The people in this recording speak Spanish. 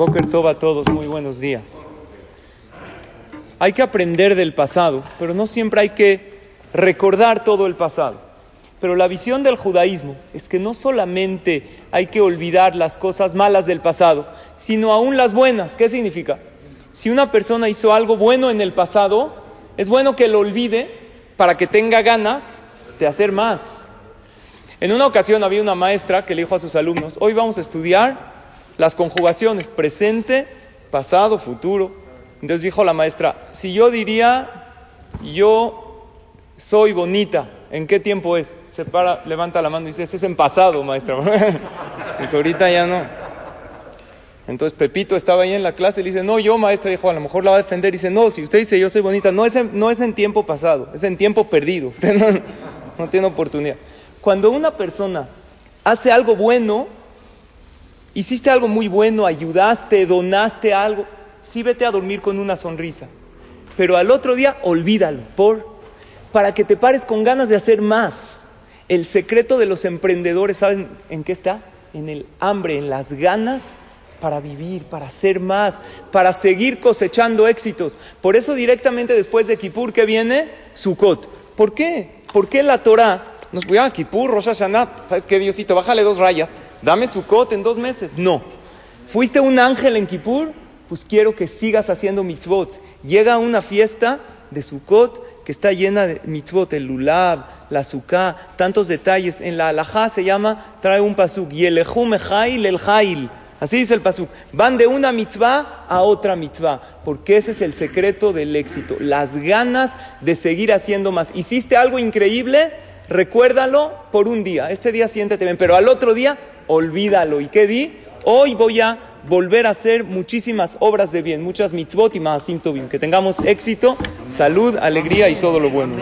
Boker Tov a todos, muy buenos días. Hay que aprender del pasado, pero no siempre hay que recordar todo el pasado. Pero la visión del judaísmo es que no solamente hay que olvidar las cosas malas del pasado, sino aún las buenas. ¿Qué significa? Si una persona hizo algo bueno en el pasado, es bueno que lo olvide para que tenga ganas de hacer más. En una ocasión había una maestra que le dijo a sus alumnos: hoy vamos a estudiar las conjugaciones presente, pasado, futuro. Entonces dijo la maestra: si yo diría yo soy bonita, ¿en qué tiempo es? Se para, levanta la mano y dice: ese es en pasado, maestra. Dijo: ahorita ya no. Entonces Pepito estaba ahí en la clase y le dice: no, yo, maestra. Dijo: a lo mejor la va a defender. Y dice: no, si usted dice yo soy bonita, no es en tiempo pasado, es en tiempo perdido. Usted no tiene oportunidad. Cuando una persona hace algo bueno, hiciste algo muy bueno, ayudaste, donaste algo, sí, vete a dormir con una sonrisa. Pero al otro día, olvídalo, para que te pares con ganas de hacer más. El secreto de los emprendedores, ¿saben en qué está? En el hambre, en las ganas para vivir, para hacer más, para seguir cosechando éxitos. Por eso directamente después de Kippur, ¿qué viene? Sukkot. ¿Por qué? ¿Por qué la Torah nos voy a Kippur, Rosh Hashanah? ¿Sabes qué, Diosito? Bájale 2 rayas. Dame Sukkot en 2 meses. No. ¿Fuiste un ángel en Kippur? Pues quiero que sigas haciendo mitzvot. Llega una fiesta de Sukkot que está llena de mitzvot, el lulav, la sukkah, tantos detalles. En la halajá se llama, trae un pasuk, yelehu mejail el jail. Así dice el pasuk. Van de una mitzvah a otra mitzvah, porque ese es el secreto del éxito. Las ganas de seguir haciendo más. ¿Hiciste algo increíble? Recuérdalo por un día. Este día siéntete bien, pero al otro día olvídalo. ¿Y qué di? Hoy voy a volver a hacer muchísimas obras de bien, muchas mitzvot y maasim tovim. Que tengamos éxito, salud, alegría y todo lo bueno.